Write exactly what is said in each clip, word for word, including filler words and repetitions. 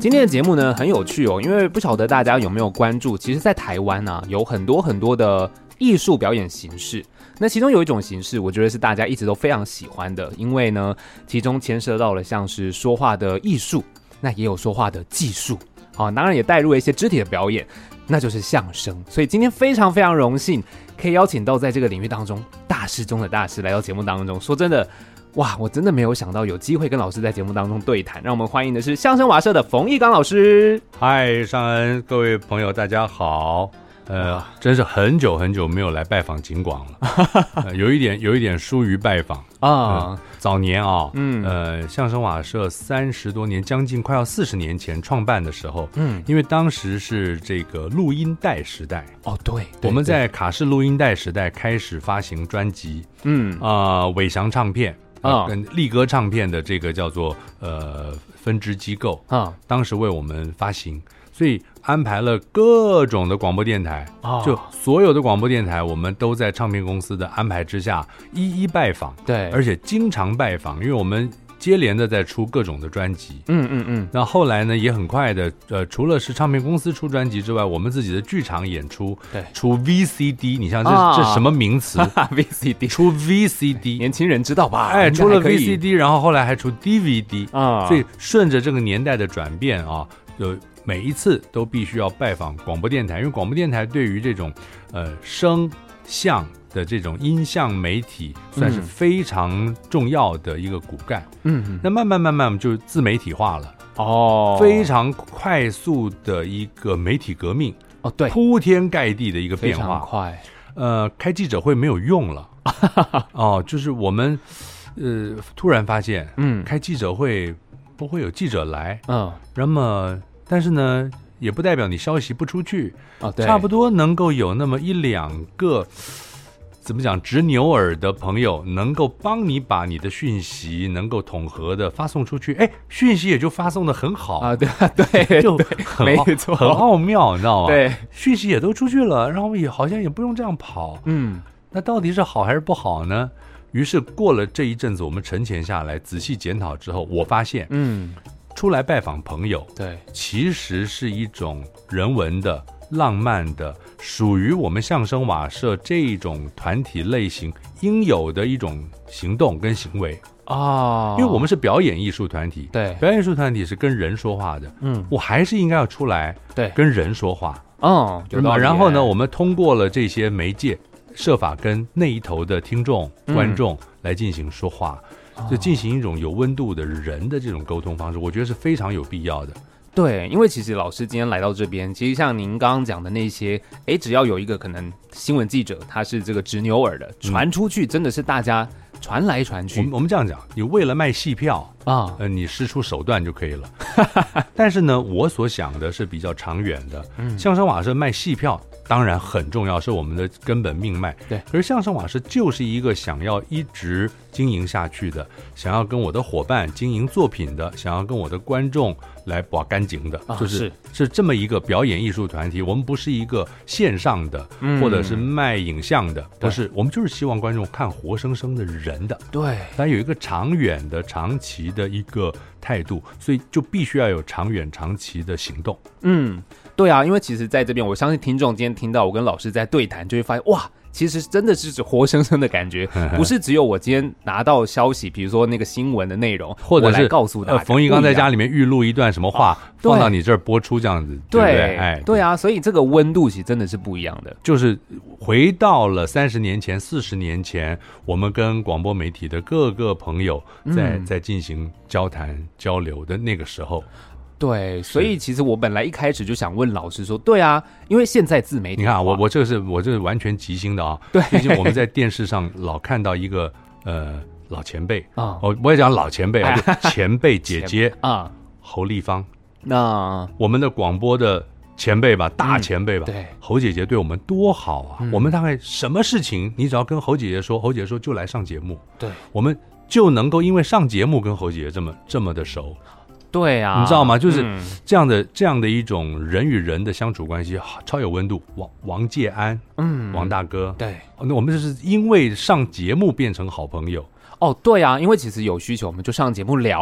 今天的节目呢很有趣哦，因为不晓得大家有没有关注，其实在台湾啊有很多很多的艺术表演形式。那其中有一种形式，我觉得是大家一直都非常喜欢的，因为呢，其中牵涉到了像是说话的艺术，那也有说话的技术，啊，当然也带入了一些肢体的表演，那就是相声。所以今天非常非常荣幸，可以邀请到在这个领域当中大师中的大师来到节目当中。说真的。哇，我真的没有想到有机会跟老师在节目当中对谈，让我们欢迎的是相声瓦舍的冯翊纲老师。 嗨，尚恩，各位朋友，大家好。呃，真是很久很久没有来拜访景广了，呃、有一点有一点疏于拜访啊、呃。早年啊，嗯，呃，相声瓦舍三十多年，将近快要四十年前创办的时候，嗯，因为当时是这个录音带时代， 哦，对，对我们在卡式录音带时代开始发行专辑，嗯啊、呃，伟翔唱片。啊，跟力歌唱片的这个叫做呃分支机构啊，当时为我们发行，所以安排了各种的广播电台，哦、就所有的广播电台，我们都在唱片公司的安排之下一一拜访， 对， 而且经常拜访，因为我们接连的在出各种的专辑， 嗯嗯嗯。 那后来呢，也很快的，呃，除了是唱片公司出专辑之外，我们自己的剧场演出，对，出 V C D， 你像这、啊、这什么名词 ？V C D， 出 V C D， 年轻人知道吧？ 哎，出了 V C D， 然后后来还出 D V D 啊，所以顺着这个年代的转变啊，有每一次都必须要拜访广播电台，因为广播电台对于这种呃声像的这种音像媒体算是非常重要的一个骨干，嗯，那慢慢慢慢我们就自媒体化了，哦，非常快速的一个媒体革命， 哦，对， 铺天盖地的一个变化， 非常快， 呃，开记者会没有用了，哦，就是我们呃突然发现，嗯，开记者会不会有记者来，嗯，那么但是呢，也不代表你消息不出去，哦，对，差不多能够有那么一两个。怎么讲？执牛耳的朋友能够帮你把你的讯息能够统合的发送出去，哎，讯息也就发送的很好啊，对对， 就很没错，很奥妙，你知道吗？ 对， 讯息也都出去了，然后也好像也不用这样跑，嗯，那到底是好还是不好呢？于是过了这一阵子，我们沉潜下来，仔细检讨之后，我发现，嗯，出来拜访朋友，对，其实是一种人文的。浪漫的，属于我们相声瓦舍这种团体类型应有的一种行动跟行为啊，因为我们是表演艺术团体，对，表演艺术团体是跟人说话的，嗯，我还是应该要出来，对，跟人说话，哦，然后呢，我们通过了这些媒介，设法跟那一头的听众、观众来进行说话，就进行一种有温度的人的这种沟通方式，我觉得是非常有必要的。 对，因为其实老师今天来到这边，其实像您刚刚讲的那些，哎，只要有一个可能新闻记者他是这个执牛耳的，传出去真的是大家传来传去。 我们我们这样讲，你为了卖戏票啊，呃，你施出手段就可以了。但是呢，我所想的是比较长远的。嗯，相声瓦舍卖戏票当然很重要，是我们的根本命脉。对，可是相声瓦舍就是一个想要一直经营下去的，想要跟我的伙伴经营作品的，想要跟我的观众来把干净的，啊、就是是这么一个表演艺术团体。我们不是一个线上的，嗯、或者是卖影像的，不是，我们就是希望观众看活生生的人的。对，它有一个长远的、长期的一个态度，所以就必须要有长远、长期的行动。 嗯，对啊，因为其实在这边，我相信听众今天听到我跟老师在对谈，就会发现哇。其实真的是活生生的感觉，不是只有我今天拿到消息，比如说那个新闻的内容， 或者是我来告诉大家。 呃，冯翊纲在家里面预录一段什么话，哦、放到你这儿播出，这样子，对不对？哎， 对啊，所以这个温度其实真的是不一样的。 就是回到了三十年前、四十年前，我们跟广播媒体的各个朋友在、嗯、在进行交谈交流的那个时候。 对，所以其实我本来一开始就想问老师说，对啊，因为现在自媒体， 你看我我这个是我这是完全即兴的啊，对，毕竟我们在电视上老看到一个呃老前辈啊，我我也讲老前辈啊，就前辈姐姐啊，侯丽芳，那我们的广播的前辈吧，大前辈吧，嗯、对，侯姐姐对我们多好啊，嗯、我们大概什么事情，你只要跟侯姐姐说，侯姐姐说就来上节目，对，我们就能够因为上节目跟侯姐姐这么这么的熟。 对啊， 你知道吗？就是这样的、嗯、这样的一种人与人的相处关系，超有温度。王王介安，嗯，王大哥，对，那我们就是因为上节目变成好朋友。 哦，对啊，因为其实有需求，我们就上节目聊嘛。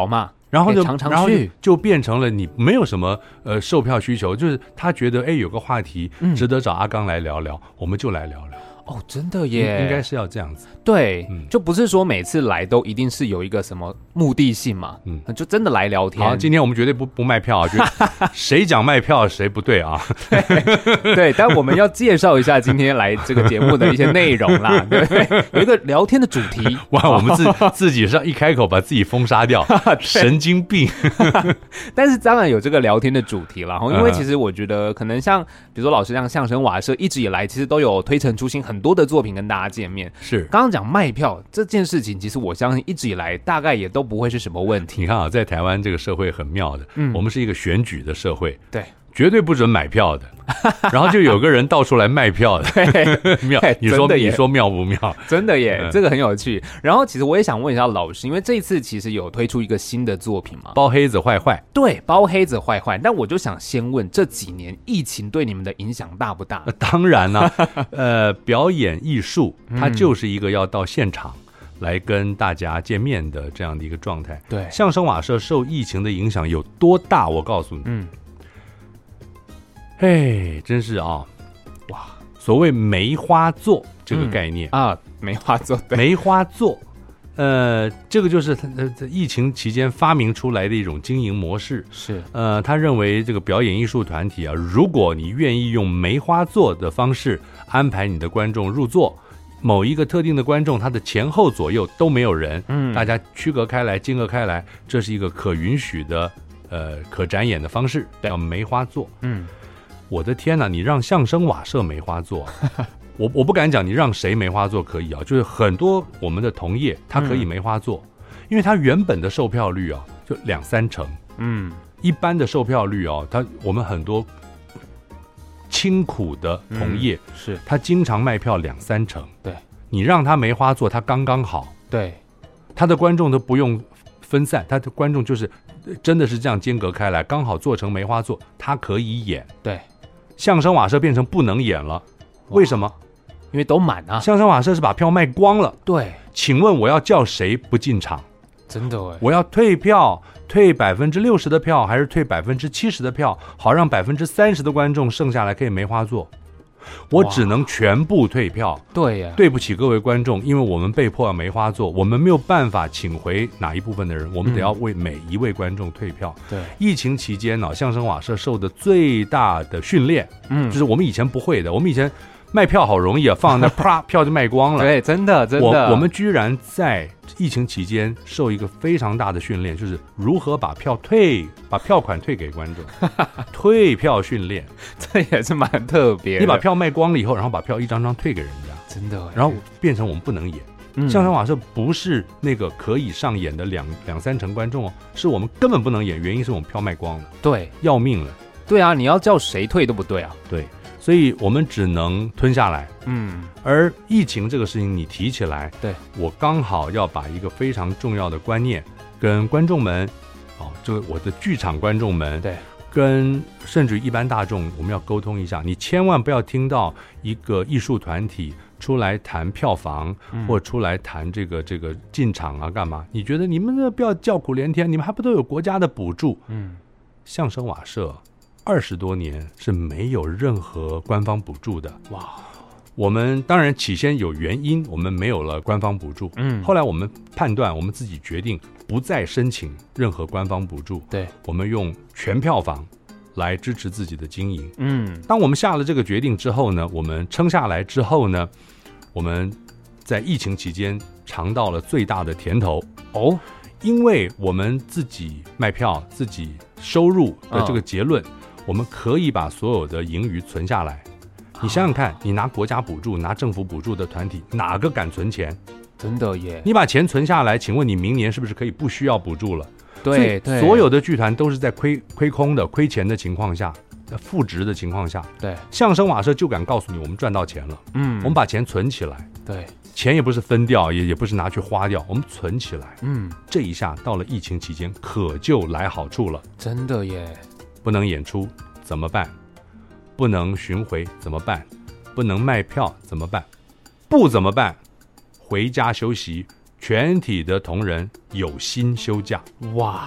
然后就常常去然后就就变成了你没有什么呃售票需求，就是他觉得哎有个话题值得找阿刚来聊聊，嗯、我们就来聊聊。 哦，真的耶， 应该是要这样子。 对、嗯，就不是说每次来都一定是有一个什么目的性嘛，嗯，就真的来聊天。 好，今天我们绝对不不卖票啊，谁讲卖票谁不对啊？ 对, 对，但我们要介绍一下今天来这个节目的一些内容啦，对不对？有一个聊天的主题。 哇，我们自自己是一开口把自己封杀掉，神经病。 但是当然有这个聊天的主题啦，因为其实我觉得可能像比如说老师像相声瓦舍一直以来其实都有推陈出新很。很多的作品跟大家见面， 是刚刚讲卖票这件事情，其实我相信一直以来大概也都不会是什么问题。 你看啊，在台湾这个社会很妙的，嗯，我们是一个选举的社会， 对， 绝对不准买票的，然后就有个人到处来卖票的， 对， 妙，你说你说妙不妙？ 真的耶，嗯、这个很有趣。然后其实我也想问一下老师，因为这一次其实有推出一个新的作品嘛， 包黑子坏坏， 对，包黑子坏坏。但我就想先问，这几年疫情对你们的影响大不大？ 当然啦、啊，呃，表演艺术它就是一个要到现场。来跟大家见面的这样的一个状态。 对， 相声瓦舍受疫情的影响有多大？我告诉你，嗯，嘿，真是啊，哇，所谓梅花座这个概念、 嗯、啊，梅花座，对， 梅花座，呃，这个就是呃在疫情期间发明出来的一种经营模式。 是， 呃，他认为这个表演艺术团体啊，如果你愿意用梅花座的方式安排你的观众入座。某一个特定的观众，他的前后左右都没有人，嗯，大家区隔开来，间隔开来，这是一个可允许的，呃，可展演的方式，叫梅花座。嗯，我的天哪，你让相声瓦舍梅花座，我我不敢讲你让谁梅花座可以啊，就是很多我们的同业他可以梅花座，嗯、因为他原本的售票率啊就两三成，嗯，一般的售票率啊，他我们很多。清苦的同业、 嗯、是他经常卖票两三成， 对， 你让他梅花座，他刚刚好， 对， 他的观众都不用分散，他的观众就是真的是这样间隔开来，刚好做成梅花座，他可以演。 对， 相声瓦舍变成不能演了，为什么？ 因为都满啊。 相声瓦舍是把票卖光了。 对， 请问我要叫谁不进场？ 真的哎， 我要退票。退百分之六十的票，还是退百分之七十的票，好让百分之三十的观众剩下来可以梅花座。我只能全部退票。 对呀， 对不起各位观众，因为我们被迫要梅花座，我们没有办法请回哪一部分的人，我们得要为每一位观众退票。 对、嗯， 疫情期间呢、啊，相声瓦舍受的最大的训练，嗯，就是我们以前不会的，我们以前。卖票好容易啊，放那啪，票就卖光了。 对，真的真的。 我我们居然在疫情期间受一个非常大的训练，就是如何把票退，把票款退给观众，退票训练， 这也是蛮特别的。 你把票卖光了以后，然后把票一张张退给人家， 真的。 然后变成我们不能演。嗯、相声瓦舍不是那个可以上演的两两三成观众哦，是我们根本不能演，原因是我们票卖光了。 对， 要命了。 对啊，你要叫谁退都不对啊。 对。所以我们只能吞下来，嗯。而疫情这个事情你提起来， 对， 我刚好要把一个非常重要的观念跟观众们，哦，这个我的剧场观众们， 对， 跟甚至于一般大众，我们要沟通一下。你千万不要听到一个艺术团体出来谈票房，嗯、或出来谈这个这个进场啊，干嘛？你觉得你们不要叫苦连天，你们还不都有国家的补助？嗯，相声瓦舍。二十多年是没有任何官方补助的。哇！我们当然起先有原因，我们没有了官方补助。嗯，后来我们判断，我们自己决定不再申请任何官方补助。 对， 我们用全票房来支持自己的经营。 嗯， 当我们下了这个决定之后呢，我们撑下来之后呢，我们在疫情期间尝到了最大的甜头。哦，因为我们自己卖票、自己收入的这个结论。哦，我们可以把所有的盈余存下来。你想想看，你拿国家补助、拿政府补助的团体，哪个敢存钱？ 真的耶！ 你把钱存下来，请问你明年是不是可以不需要补助了？ 对对， 所有的剧团都是在亏亏空的、亏钱的情况下，负值的情况下， 对， 相声瓦舍就敢告诉你，我们赚到钱了。嗯，我们把钱存起来。 对， 钱也不是分掉，也也不是拿去花掉，我们存起来。嗯，这一下到了疫情期间，可就来好处了。 真的耶！ 不能演出怎么办？不能巡回怎么办？不能卖票怎么办？不怎么办？回家休息，全体的同仁有薪休假。 哇，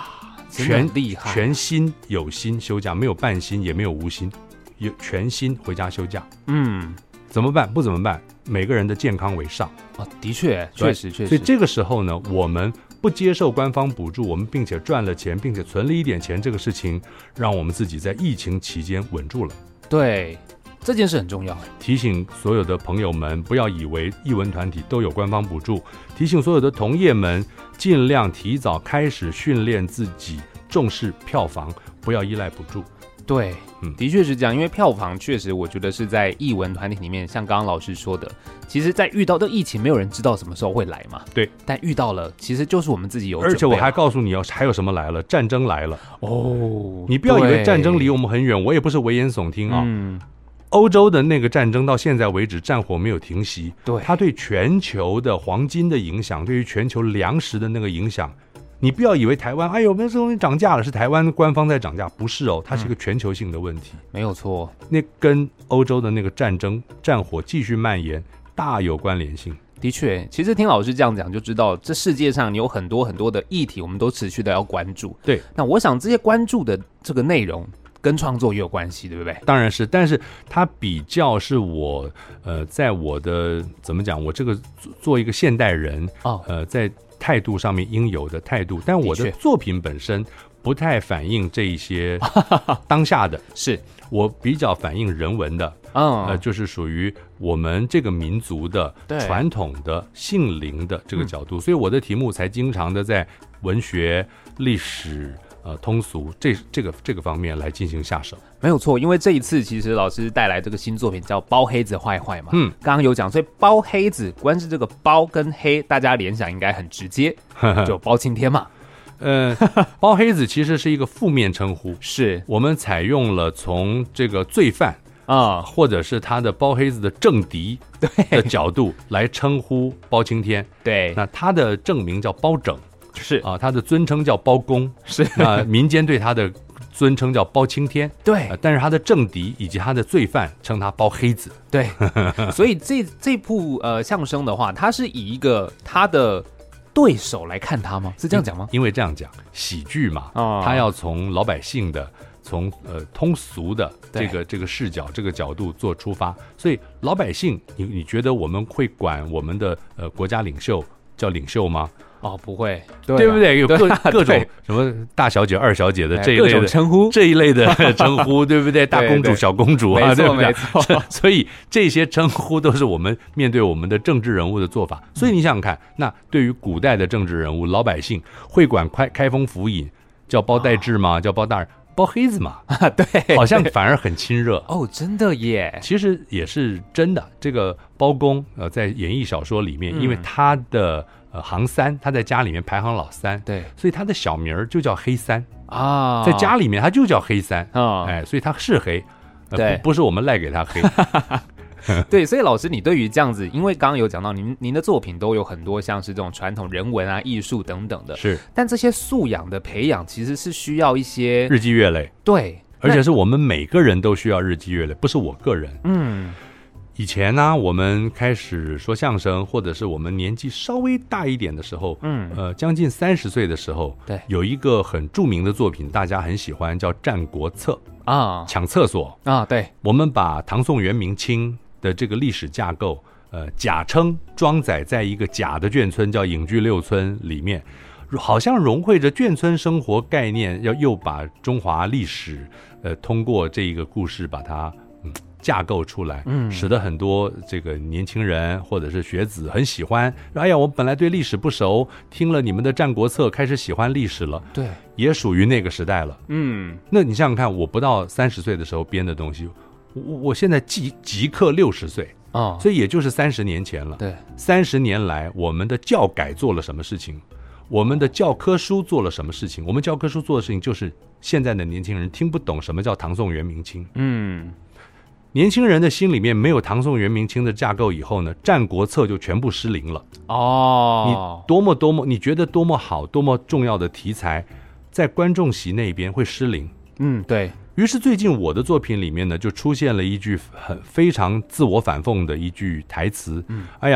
全厉害， 全薪有薪休假，没有半薪也没有无薪，有全薪回家休假。嗯，怎么办？不怎么办？每个人的健康为上啊，的确，确实确实。 所以这个时候呢，我们不接受官方补助，我们并且赚了钱，并且存了一点钱，这个事情让我们自己在疫情期间稳住了。 对。这件事很重要， 提醒所有的朋友们不要以为艺文团体都有官方补助，提醒所有的同业们尽量提早开始训练自己，重视票房，不要依赖补助。 对，嗯，的确是这样，因为票房确实我觉得是在艺文团体里面，像刚刚老师说的，其实在遇到这疫情，没有人知道什么时候会来嘛。 对， 但遇到了，其实就是我们自己有准备。 而且我还告诉你哦，还有什么来了？战争来了哦！你不要以为战争离我们很远，我也不是危言耸听啊。嗯，欧洲的那个战争到现在为止，战火没有停息。 对， 它对全球的黄金的影响，对于全球粮食的那个影响，你不要以为台湾，哎呦，那这东西涨价了，是台湾官方在涨价，不是哦，它是一个全球性的问题。 嗯、没有错， 那跟欧洲的那个战争战火继续蔓延大有关联性。 的确，其实听老师这样讲就知道，这世界上有很多很多的议题，我们都持续的要关注。 对， 那我想这些关注的这个内容。跟创作也有关系，对不对？ 当然是，但是它比较是我呃，在我的怎么讲，我这个做一个现代人哦，呃，在态度上面应有的态度，但我的作品本身不太反映这一些当下的， 是我比较反映人文的，嗯，呃，就是属于我们这个民族的传统的性灵的这个角度，嗯、所以我的题目才经常的在文学、历史。呃，通俗这这个这个方面来进行下手， 没有错。因为这一次其实老师带来这个新作品叫《包黑子坏坏》嘛，嗯，刚刚有讲，所以包黑子，光是这个包跟黑，大家联想应该很直接，就包青天嘛。 呃，包黑子其实是一个负面称呼， 是我们采用了从这个罪犯啊，或者是他的包黑子的政敌的角度来称呼包青天。 对， 那他的正名叫包拯。 是啊，他的尊称叫包公， 是那民间对他的尊称叫包青天， 对、 呃，但是他的政敌以及他的罪犯称他包黑子， 对，所以这这部呃相声的话，他是以一个他的对手来看他吗？是这样讲吗？ 因为这样讲，喜剧嘛，哦、他要从老百姓的。从呃通俗的这个这个视角这个角度做出发，所以老百姓，你你觉得我们会管我们的呃国家领袖叫领袖吗？ 哦，不会， 对, 对不对？有各各种什么大小姐、二小姐的这一类的称呼， 这一类的称呼，对不对？大公主、小公主啊， 对不对？ 没错。所以这些称呼都是我们面对我们的政治人物的做法。所以你想想看，那对于古代的政治人物，老百姓会管开开封府尹叫包代志吗？叫包大人？包黑子嘛， 啊，对， 好像反而很亲热哦，真的耶。 其实也是真的。这个包公，呃，在演义小说里面，嗯、因为他的呃行三，他在家里面排行老三， 对， 所以他的小名就叫黑三啊，在家里面他就叫黑三啊，哎，所以他是黑，呃、 对不，不是我们赖给他黑。 对，所以老师，你对于这样子，因为刚刚有讲到您您的作品都有很多像是这种传统人文啊、艺术等等的， 是， 但这些素养的培养其实是需要一些日积月累， 对， 而且是我们每个人都需要日积月累，不是我个人。嗯，以前呢，我们开始说相声，或者是我们年纪稍微大一点的时候，嗯，呃，将近三十岁的时候， 对， 有一个很著名的作品，大家很喜欢，叫《战国策》 啊， 抢厕所啊，对， 我们把唐宋元明清的这个历史架构，呃，假称装载在一个假的眷村，叫隐居六村里面，好像融汇着眷村生活概念，要又把中华历史，呃，通过这一个故事把它嗯架构出来，嗯，使得很多这个年轻人或者是学子很喜欢。哎呀，我本来对历史不熟，听了你们的《战国策》，开始喜欢历史了。 对， 也属于那个时代了。 嗯， 那你想想看，我不到三十岁的时候编的东西。我我现在即即刻六十岁啊，哦，所以也就是三十年前了。 对， 三十年来，我们的教改做了什么事情？我们的教科书做了什么事情？我们教科书做的事情就是现在的年轻人听不懂什么叫唐宋元明清。嗯，年轻人的心里面没有唐宋元明清的架构以后呢，《战国策》就全部失灵了。哦，你多么多么，你觉得多么好、多么重要的题材，在观众席那边会失灵。 嗯，对。 于是最近我的作品里面呢，就出现了一句很非常自我反讽的一句台词。嗯，哎呀，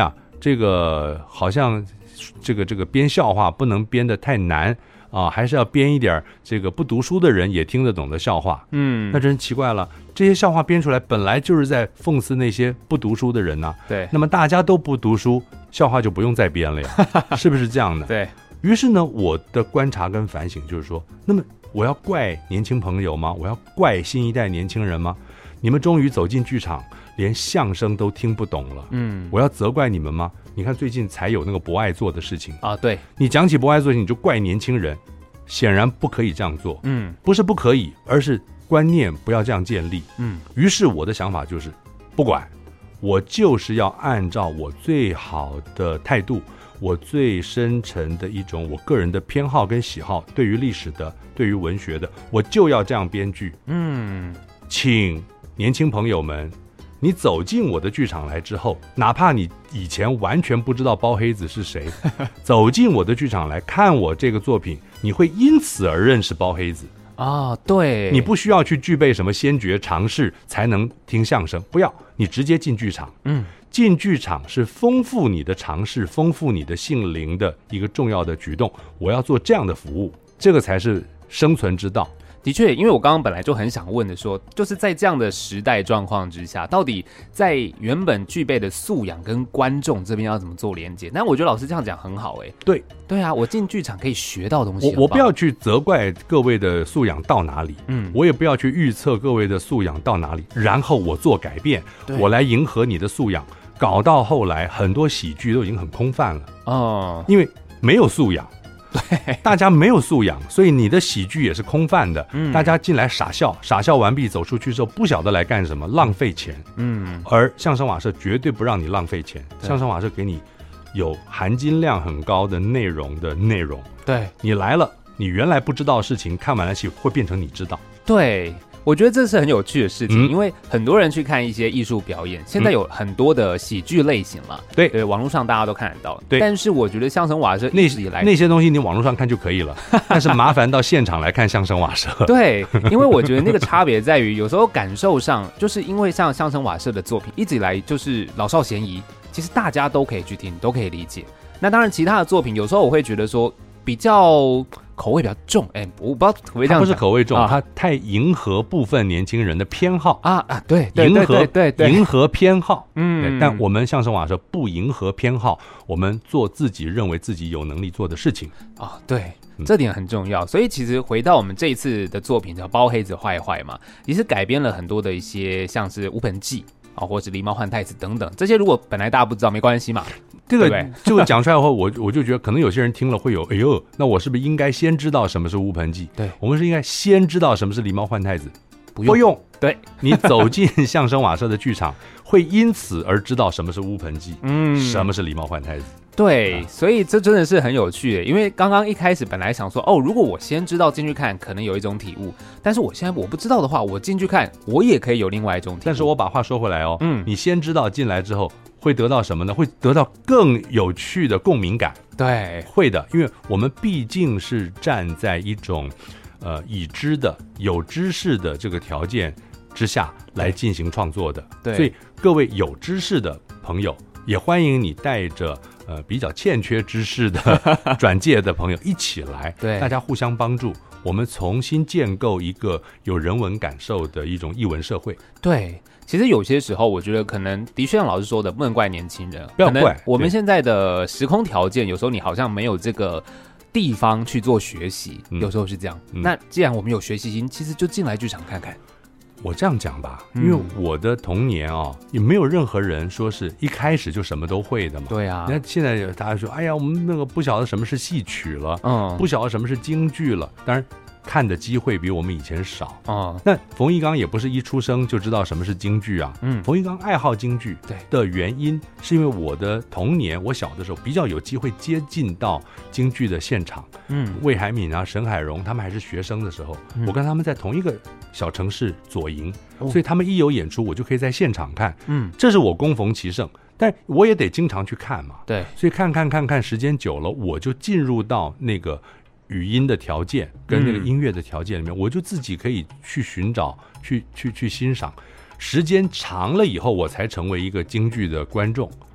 这个好像这个这个编笑话不能编得太难啊，还是要编一点这个不读书的人也听得懂的笑话。嗯，那真奇怪了，这些笑话编出来本来就是在讽刺那些不读书的人呐、啊。 对， 那么大家都不读书，笑话就不用再编了呀，是不是这样的？ 对。 于是呢，我的观察跟反省就是说，那么我要怪年轻朋友吗？我要怪新一代年轻人吗？你们终于走进剧场，连相声都听不懂了。嗯，我要责怪你们吗？你看最近才有那个博爱座的事情啊，对， 你讲起博爱座你就怪年轻人，显然不可以这样做。嗯，不是不可以，而是观念不要这样建立。嗯，于是我的想法就是，不管，我就是要按照我最好的态度。我最深沉的一种我个人的偏好跟喜好，对于历史的，对于文学的，我就要这样编剧。嗯，请年轻朋友们，你走进我的剧场来之后，哪怕你以前完全不知道包黑子是谁，走进我的剧场来看我这个作品，你会因此而认识包黑子。 啊，对， 你不需要去具备什么先决常识才能听相声，不要，你直接进剧场。嗯。进剧场是丰富你的常识，丰富你的性灵的一个重要的举动。我要做这样的服务，这个才是生存之道。 的确，因为我刚刚本来就很想问的说，就是在这样的时代状况之下，到底在原本具备的素养跟观众这边要怎么做连接？但我觉得老师这样讲很好、欸，哎， 对对啊，我进剧场可以学到东西。 我我不要去责怪各位的素养到哪里，嗯，我也不要去预测各位的素养到哪里，然后我做改变，我来迎合你的素养。搞到后来，很多喜剧都已经很空泛了哦，因为没有素养，对，大家没有素养，所以你的喜剧也是空泛的。嗯，大家进来傻笑，傻笑完毕走出去之后，不晓得来干什么，浪费钱。嗯，而相声瓦舍绝对不让你浪费钱，相声瓦舍给你有含金量很高的内容的内容。 对， 你来了，你原来不知道的事情，看完了戏会变成你知道。 对。我觉得这是很有趣的事情、嗯、因为很多人去看一些艺术表演，现在有很多的喜剧类型了、嗯、对, 对网络上大家都看得到。对，但是我觉得相声瓦舍一直以来那些东西你网络上看就可以了，但是麻烦到现场来看相声瓦舍。 对，因为我觉得那个差别在于有时候感受上，就是因为像相声瓦舍的作品一直以来就是老少咸宜，其实大家都可以去听，都可以理解。那当然其他的作品有时候我会觉得说比较口味比较重，哎，我不知道可不可以这样讲， 它不是口味重，啊、它太迎合部分年轻人的偏好啊啊，对，对迎合对对对迎合偏好，嗯，但我们相声瓦舍不迎合偏好，我们做自己认为自己有能力做的事情啊，对，这点很重要。所以其实回到我们这一次的作品叫《包黑子坏坏》嘛，也是改编了很多的一些像是乌盆记啊，或者是狸猫换太子等等，这些如果本来大家不知道没关系嘛。 这个就讲出来后，我我就觉得可能有些人听了会有，哎呦，那我是不是应该先知道什么是乌盆记？ 对， 我们是应该先知道什么是狸猫换太子？ 不用，不用。 对，你走进相声瓦舍的剧场，会因此而知道什么是乌盆记，嗯，什么是狸猫换太子。 对，啊、所以这真的是很有趣的，因为刚刚一开始本来想说，哦，如果我先知道进去看，可能有一种体悟，但是我现在我不知道的话，我进去看，我也可以有另外一种体悟。 但是我把话说回来哦，嗯，你先知道进来之后。会得到什么呢？会得到更有趣的共鸣感。 对， 会的，因为我们毕竟是站在一种呃已知的、有知识的这个条件之下来进行创作的。对，所以各位有知识的朋友，也欢迎你带着呃比较欠缺知识的转介的朋友一起来，对，大家互相帮助，我们重新建构一个有人文感受的一种艺文社会。 对。其实有些时候，我觉得可能的确像老师说的，不能怪年轻人， 不要怪我们现在的时空条件，有时候你好像没有这个地方去做学习，嗯、有时候是这样、嗯。那既然我们有学习心，其实就进来剧场看看。 我这样讲吧，因为我的童年啊、哦，也没有任何人说是一开始就什么都会的嘛。 对啊， 那现在大家说，哎呀，我们那个不晓得什么是戏曲了，嗯，不晓得什么是京剧了，当然。看的机会比我们以前少啊。那冯翊纲也不是一出生就知道什么是京剧啊。嗯，冯翊纲爱好京剧的原因，是因为我的童年，我小的时候比较有机会接近到京剧的现场。嗯，魏海敏啊、沈海荣他们还是学生的时候，嗯、我跟他们在同一个小城市左营、哦，所以他们一有演出，我就可以在现场看。嗯，这是我恭逢其盛。但我也得经常去看嘛。 对， 所以看看看看，时间久了，我就进入到那个。语音的条件跟那个音乐的条件里面、嗯、我就自己可以去寻找去去去欣赏，时间长了以后我才成为一个京剧的观众。 对，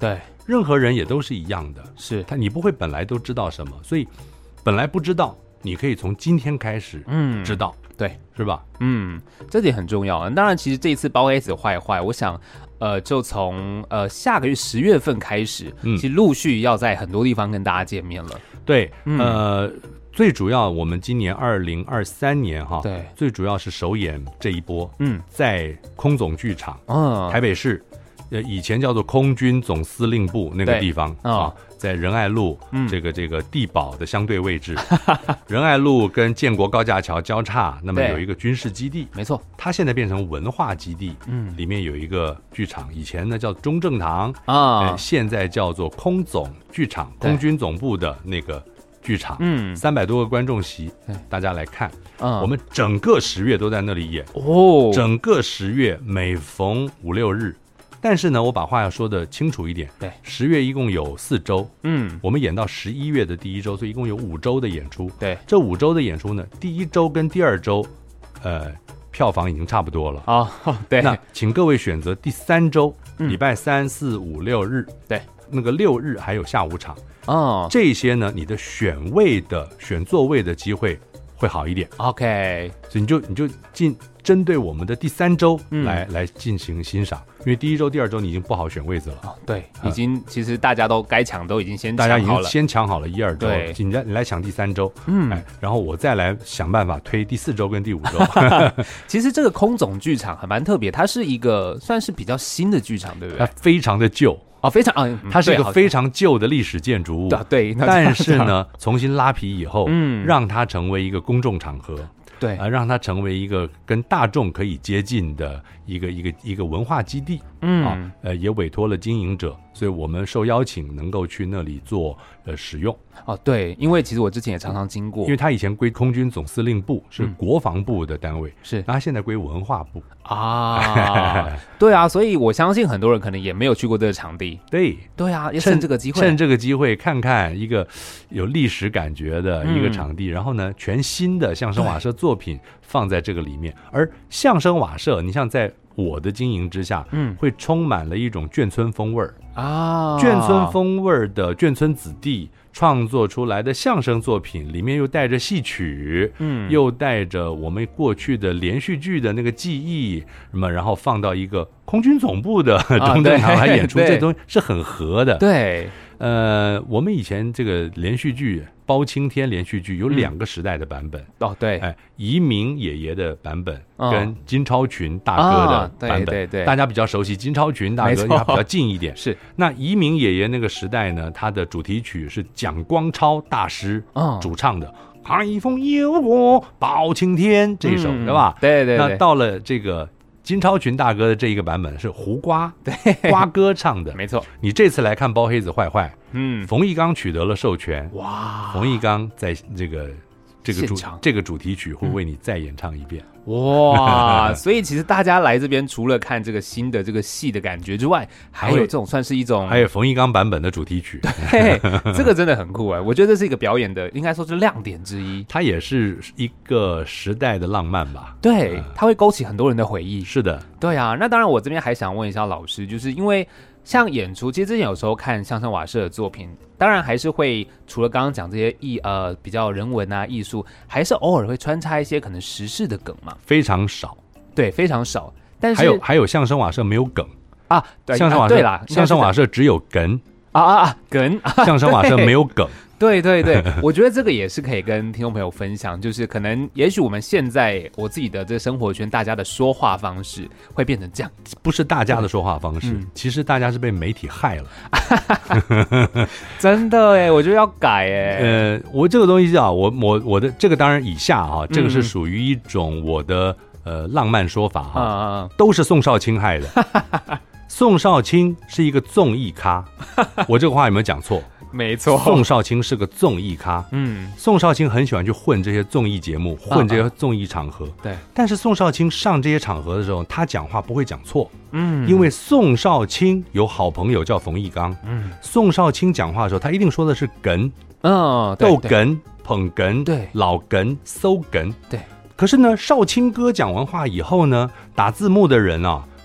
任何人也都是一样的， 是他你不会本来都知道什么，所以本来不知道，你可以从今天开始嗯知道， 嗯、对， 是吧？ 嗯，这点很重要。当然，其实这一次包黑子坏坏，我想。呃，就从呃下个月十月份开始，嗯，其实陆续要在很多地方跟大家见面了。 对，嗯、呃，最主要我们今年二零二三年哈， 对， 最主要是首演这一波， 嗯， 在空总剧场，嗯，台北市，呃，以前叫做空军总司令部那个地方啊。在仁爱路、嗯、这个这个地堡的相对位置，仁爱路跟建国高架桥交叉，那么有一个军事基地， 没错， 它现在变成文化基地，嗯，里面有一个剧场，以前呢叫中正堂啊、呃，现在叫做空总剧场，空军总部的那个剧场，嗯，三百多个观众席，大家来看，嗯，我们整个十月都在那里演哦，整个十月每逢五六日。但是呢，我把话要说的清楚一点。 对， 十月一共有四周，嗯，我们演到十一月的第一周，所以一共有五周的演出。 对， 这五周的演出呢，第一周跟第二周，呃，票房已经差不多了啊、哦。对， 那请各位选择第三周，礼拜三、四、五、六日。 对， 那个六日还有下午场哦。 这些呢，你的选位的选座位的机会会好一点。 OK， 所以你就你就进针对我们的第三周来、嗯、来进行欣赏。因为第一周、第二周你已经不好选位置了， 哦、对，已经、嗯、其实大家都该抢都已经先抢好了， 大家已经先抢好了一二周，你来你来抢第三周，嗯、哎，然后我再来想办法推第四周跟第五周。 其实这个空总剧场还蛮特别，它是一个算是比较新的剧场，对不对？ 它非常的旧哦，非常啊、嗯， 它是一个非常旧的历史建筑物， 对， 但是呢，重新拉皮以后，嗯，让它成为一个公众场合。 对啊，让它成为一个跟大众可以接近的一个一个一个文化基地，嗯啊，呃，也委托了经营者，所以我们受邀请能够去那里做呃使用。 哦，对，因为其实我之前也常常经过， 因为它以前归空军总司令部，是国防部的单位， 嗯、是， 那它现在归文化部啊，对啊，所以我相信很多人可能也没有去过这个场地， 对， 对啊，也趁这个机会， 趁这个机会看看一个有历史感觉的一个场地，嗯、然后呢，全新的相声瓦舍作品放在这个里面，而相声瓦舍，你像在我的经营之下，嗯，会充满了一种眷村风味儿啊，眷村风味儿的眷村子弟创作出来的相声作品，里面又带着戏曲，嗯，又带着我们过去的连续剧的那个记忆，那么然后放到一个空军总部的中正堂来演出，啊、这东西是很合的。 对， 呃，我们以前这个连续剧。包青天连续剧有两个时代的版本、 嗯、哦，对， 哎，移民爷爷的版本、哦、跟金超群大哥的版本，哦、对对对，大家比较熟悉金超群大哥，因为他比较近一点。 是， 那移民爷爷那个时代呢，他的主题曲是蒋光超大师主唱的。哦，海风有我包青天这一首、嗯、对吧？ 对对对。 那到了这个金超群大哥的这一个版本是胡瓜对瓜哥唱的， 没错。 你这次来看包黑子坏坏，嗯，冯翊纲取得了授权， 哇！ 冯翊纲在这个这个主这个主题曲会为你再演唱一遍， 嗯、哇！所以其实大家来这边除了看这个新的这个戏的感觉之外，还有这种算是一种， 还有冯翊纲版本的主题曲， 对，这个真的很酷哎！我觉得这是一个表演的，应该说是亮点之一。 它也是一个时代的浪漫吧？ 对，它会勾起很多人的回忆。 是的， 对啊。那当然，我这边还想问一下老师，就是因为。像演出，其实之前有时候看相声瓦舍的作品，当然还是会除了刚刚讲这些艺呃比较人文啊艺术，还是偶尔会穿插一些可能时事的梗嘛， 非常少， 对，非常少。但是还有还有相声瓦舍没有梗啊，对， 相声瓦舍、 啊、对啦， 相声瓦舍只有梗啊啊啊梗， 相声瓦舍没有梗。 对对对，我觉得这个也是可以跟听众朋友分享，就是可能也许我们现在我自己的这个生活圈，大家的说话方式会变成这样， 不是大家的说话方式，嗯、其实大家是被媒体害了。 真的哎，我觉得要改哎。 呃，我这个东西啊，我我我的这个当然以下啊，这个是属于一种我的呃浪漫说法哈、啊嗯，都是宋少卿害的。宋少卿是一个综艺咖，我这个话有没有讲错？ 没错， 宋少卿是个综艺咖。嗯，宋少卿很喜欢去混这些综艺节目，混这些综艺场合。 对、啊， 但是宋少卿上这些场合的时候，他讲话不会讲错。嗯，因为宋少卿有好朋友叫冯翊纲。嗯，宋少卿讲话的时候，他一定说的是哏，嗯，逗哏、捧哏，对，老哏、搜哏。 对。 可是呢，少卿哥讲完话以后呢，打字幕的人啊。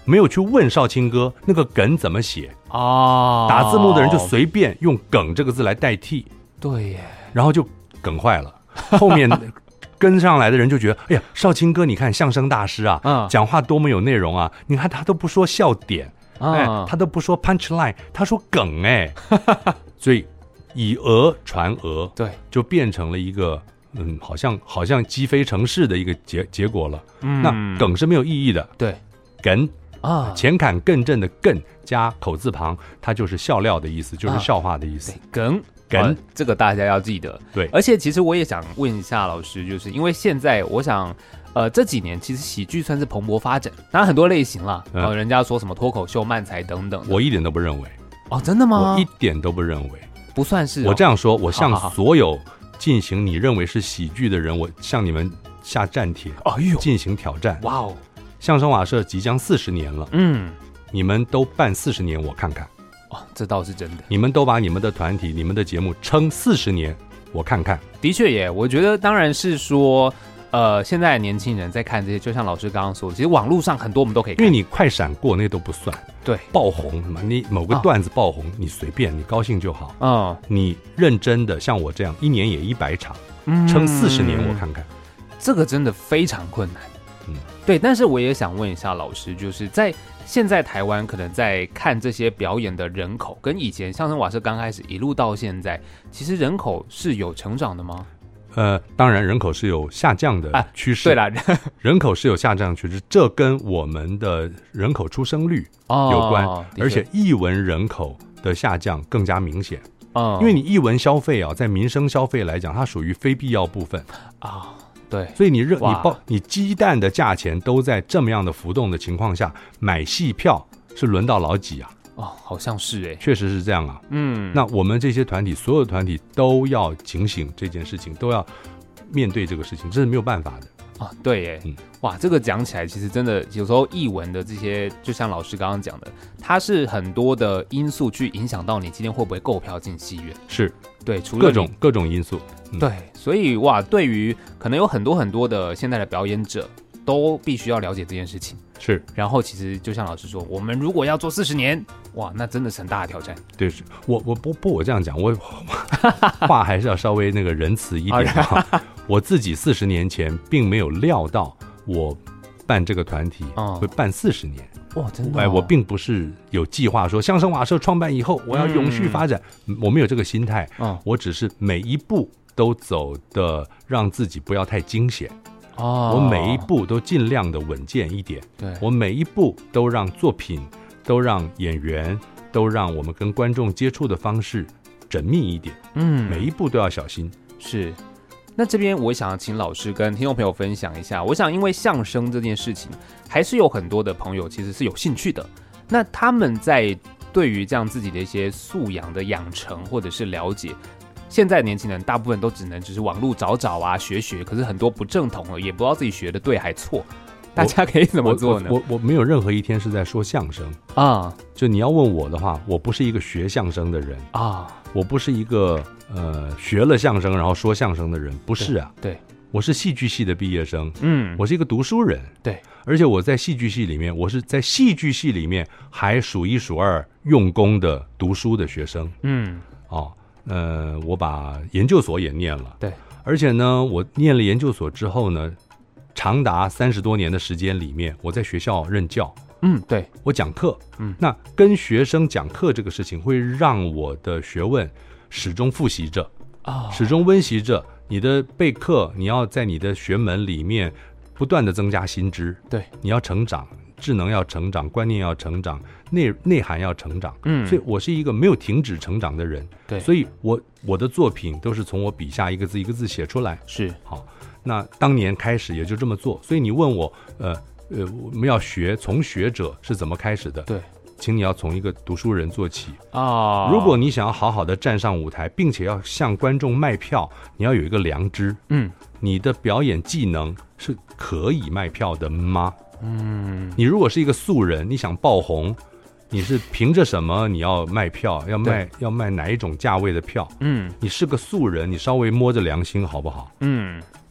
没有去问少卿哥那个梗怎么写哦， 打字幕的人就随便用梗这个字来代替， 对耶， 然后就梗坏了，后面跟上来的人就觉得，哎呀，少卿哥，你看相声大师啊，嗯、讲话多么有内容啊！你看他都不说笑点，嗯、哎，他都不说 punch line， 他说梗哎，所以以讹传讹， 对，就变成了一个嗯，好像好像积非成是的一个结结果了。嗯，那梗是没有意义的， 对， 梗啊，前坎艮震的艮加口字旁，它就是笑料的意思，就是笑话的意思。 梗。梗，这个大家要记得。 对， 而且其实我也想问一下老师，就是因为现在我想，呃，这几年其实喜剧算是蓬勃发展，当然很多类型啦，嗯、呃，人家说什么脱口秀、漫才等等， 我一点都不认为。 哦，真的吗？ 我一点都不认为， 不算是、哦。 我这样说，我向所有进行你认为是喜剧的人，我向你们下战帖， 哎呦， 进行挑战。 哇哦， 相声瓦舍即将四十年了，嗯，你们都办四十年，我看看。 哦，这倒是真的。 你们都把你们的团体、你们的节目撑四十年，我看看。 的确耶，我觉得当然是说，呃，现在的年轻人在看这些，就像老师刚刚说的，其实网络上很多我们都可以看， 因为你快闪过那都不算。 对， 爆红嘛，你某个段子爆红，哦、你随便，你高兴就好。嗯，你认真的像我这样，一年也一百场，嗯、撑四十年，我看看。 这个真的非常困难。嗯，对，但是我也想问一下老师，就是在现在台湾可能在看这些表演的人口，跟以前相声瓦舍刚开始一路到现在，其实人口是有成长的吗？ 呃，当然人口是有下降的趋势。 啊、对啦， 人口是有下降趋势，这跟我们的人口出生率有关，哦、而且艺文人口的下降更加明显。哦、因为你艺文消费啊，在民生消费来讲，它属于非必要部分啊。对， 所以你热你包你鸡蛋的价钱都在这么样的浮动的情况下，买戏票是轮到老几啊？ 哦，好像是哎， 确实是这样啊。嗯，那我们这些团体，所有团体都要警醒这件事情，都要面对这个事情，这是没有办法的。 啊，对耶，嗯，哇，这个讲起来其实真的有时候艺文的这些，就像老师刚刚讲的，它是很多的因素去影响到你今天会不会购票进戏院。 是， 对，除了各种各种因素。 嗯、对，所以哇，对于可能有很多很多的现在的表演者，都必须要了解这件事情。 是， 然后其实就像老师说，我们如果要做四十年，哇，那真的是很大的挑战。 对，我我不不我这样讲，我话还是要稍微那个仁慈一点啊。我自己四十年前并没有料到我办这个团体会办四十年。 哇，真的、哦！ 哎，我并不是有计划说相声瓦舍创办以后我要永续发展，嗯、我没有这个心态。嗯，我只是每一步都走的让自己不要太惊险。哦，我每一步都尽量的稳健一点。 对， 我每一步都让作品，都让演员，都让我们跟观众接触的方式缜密一点。嗯，每一步都要小心。 是。那这边我想请老师跟听众朋友分享一下，我想因为相声这件事情，还是有很多的朋友其实是有兴趣的。那他们在对于这样自己的一些素养的养成或者是了解，现在的年轻人大部分都只能只是网络找找啊学学，可是很多不正统了，也不知道自己学的对还错。大家可以怎么做呢？ 我 我, 我, 我没有任何一天是在说相声啊。就你要问我的话，我不是一个学相声的人啊，我不是一个呃学了相声然后说相声的人，不是啊。 对，对我是戏剧系的毕业生，嗯，我是一个读书人， 对， 而且我在戏剧系里面，我是在戏剧系里面还数一数二用功的读书的学生，嗯，哦，呃，我把研究所也念了， 对， 而且呢，我念了研究所之后呢。长达三十多年的时间里面，我在学校任教， 嗯，对， 我讲课，嗯，那跟学生讲课这个事情，会让我的学问始终复习着，啊、哦，始终温习着。你的备课，你要在你的学门里面不断的增加新知， 对， 你要成长，智能要成长，观念要成长，内内涵要成长，嗯，所以我是一个没有停止成长的人， 对， 所以我我的作品都是从我笔下一个字一个字写出来， 是好。那当年开始也就这么做，所以你问我，呃呃，我们要学从学者是怎么开始的？ 对， 请你要从一个读书人做起啊、哦。如果你想要好好的站上舞台，并且要向观众卖票，你要有一个良知，嗯，你的表演技能是可以卖票的吗？嗯，你如果是一个素人，你想爆红，你是凭着什么你要卖票？要卖要卖哪一种价位的票？嗯，你是个素人，你稍微摸着良心好不好？嗯。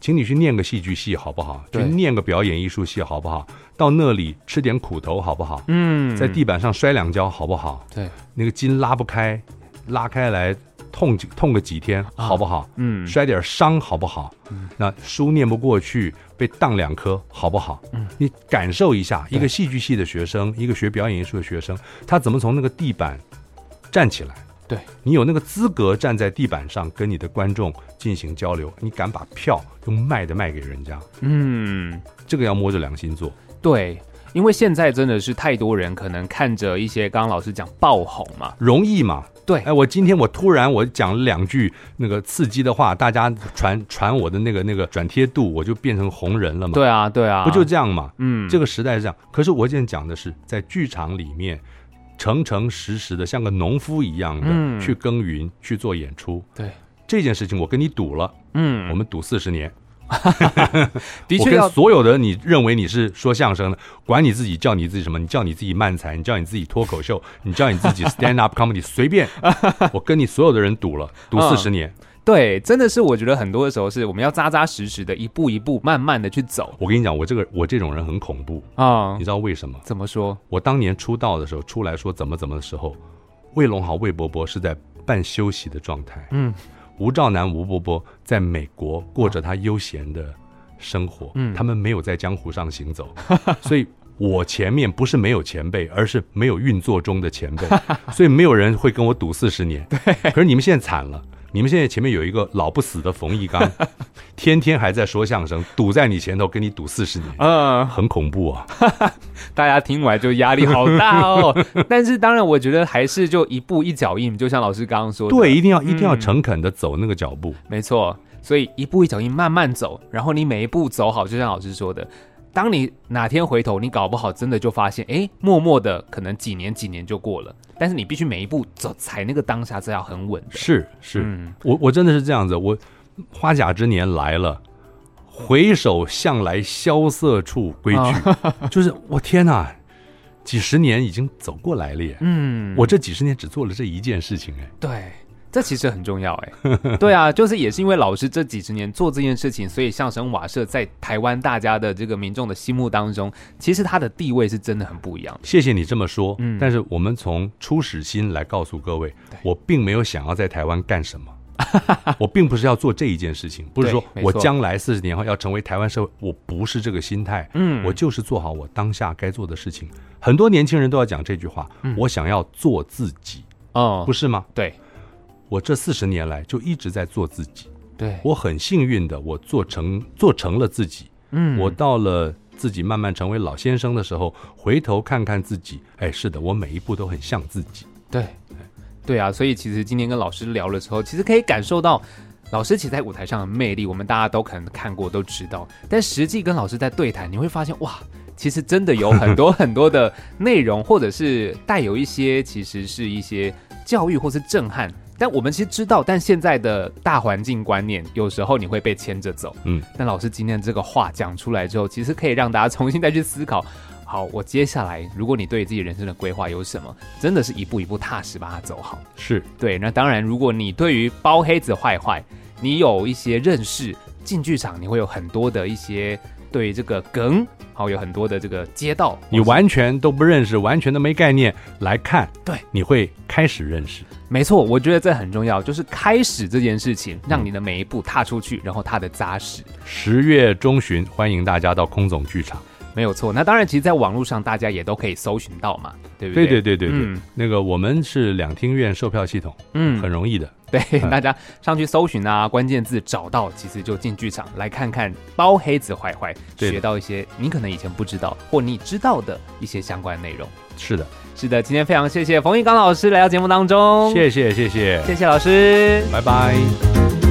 请你去念个戏剧系好不好？去念个表演艺术系好不好？到那里吃点苦头好不好？嗯，在地板上摔两跤好不好？ 对， 那个筋拉不开，拉开来痛痛个几天好不好？啊、嗯，摔点伤好不好？嗯，那书念不过去，被当两科好不好？嗯，你感受一下，一个戏剧系的学生，一个学表演艺术的学生，他怎么从那个地板站起来？ 对， 你有那个资格站在地板上跟你的观众进行交流，你敢把票用卖的卖给人家？嗯，这个要摸着良心做。 对，因为现在真的是太多人可能看着一些刚刚老师讲爆红嘛， 容易嘛。 对， 哎，我今天我突然我讲了两句那个刺激的话，大家传传我的那个那个转贴度，我就变成红人了嘛。 对啊，对啊， 不就这样嘛？嗯，这个时代是这样。可是我现在讲的是在剧场里面。诚诚实实的像个农夫一样的、嗯、去耕耘去做演出， 对这件事情我跟你赌了，嗯，我们赌四十年。 的确要， 我跟所有的你认为你是说相声的，管你自己叫你自己什么，你叫你自己漫才，你叫你自己脱口秀，你叫你自己 stand up comedy， 随便，我跟你所有的人赌了，赌四十年。嗯， 对，真的是我觉得很多的时候是我们要扎扎实实的一步一步慢慢的去走。 我跟你讲，我这个我这种人很恐怖啊、嗯，你知道为什么？ 怎么说？ 我当年出道的时候，出来说怎么怎么的时候，魏龙豪、魏伯伯是在半休息的状态，嗯，吴兆南、吴伯伯在美国过着他悠闲的生活，嗯，他们没有在江湖上行走，所以我前面不是没有前辈，而是没有运作中的前辈，所以没有人会跟我赌四十年。对，可是你们现在惨了。你们现在前面有一个老不死的冯翊纲，天天还在说相声，赌在你前头，跟你赌四十年，嗯，很恐怖啊！ 大家听完就压力好大哦。但是当然，我觉得还是就一步一脚印，就像老师刚刚说的， 对，一定要、嗯、一定要诚恳的走那个脚步。 没错，所以一步一脚印慢慢走，然后你每一步走好，就像老师说的。当你哪天回头，你搞不好真的就发现，哎，默默的可能几年几年就过了，但是你必须每一步走踩那个当下，这要很稳的。 是是，嗯、我我真的是这样子，我花甲之年来了，回首向来萧瑟处归去，哦、就是我天哪，几十年已经走过来了耶。嗯，我这几十年只做了这一件事情，哎， 对。这其实很重要哎，对啊，就是也是因为老师这几十年做这件事情，所以相声瓦舍在台湾大家的这个民众的心目当中，其实他的地位是真的很不一样的。 谢谢你这么说，嗯，但是我们从初始心来告诉各位，我并没有想要在台湾干什么，我并不是要做这一件事情，不是说我将来四十年后要成为台湾社会，我不是这个心态，嗯，我就是做好我当下该做的事情。很多年轻人都要讲这句话，嗯、我想要做自己，哦，不是吗？ 对。 我这四十年来就一直在做自己， 对， 我很幸运的，我做成做成了自己。嗯，我到了自己慢慢成为老先生的时候，回头看看自己，哎，是的，我每一步都很像自己。 对，对啊，所以其实今天跟老师聊的时候，其实可以感受到老师其实在舞台上的魅力，我们大家都可能看过，都知道。但实际跟老师在对谈，你会发现，哇，其实真的有很多很多的内容，或者是带有一些，其实是一些教育或是震撼。但我们其实知道，但现在的大环境观念，有时候你会被牵着走。嗯，但老师今天这个话讲出来之后，其实可以让大家重新再去思考。好，我接下来，如果你对自己人生的规划有什么，真的是一步一步踏实把它走好。 是对。那当然，如果你对于包黑子坏坏，你有一些认识，进剧场你会有很多的一些对这个梗，好，有很多的这个街道， 你完全都不认识，完全都没概念来看， 对， 你会开始认识。 没错，我觉得这很重要，就是开始这件事情，让你的每一步踏出去，然后踏得扎实。 十月中旬，欢迎大家到空总剧场。 没有错，那当然，其实，在网络上大家也都可以搜寻到嘛，对不对？ 对对对对对，嗯、那个我们是两厅院售票系统，嗯，很容易的。 对，嗯、大家上去搜寻啊，关键字找到，其实就进剧场来看看包黑子坏坏，学到一些你可能以前不知道或你知道的一些相关内容。 是的， 是的，今天非常谢谢冯翊纲老师来到节目当中， 谢谢谢谢谢谢老师， 拜拜。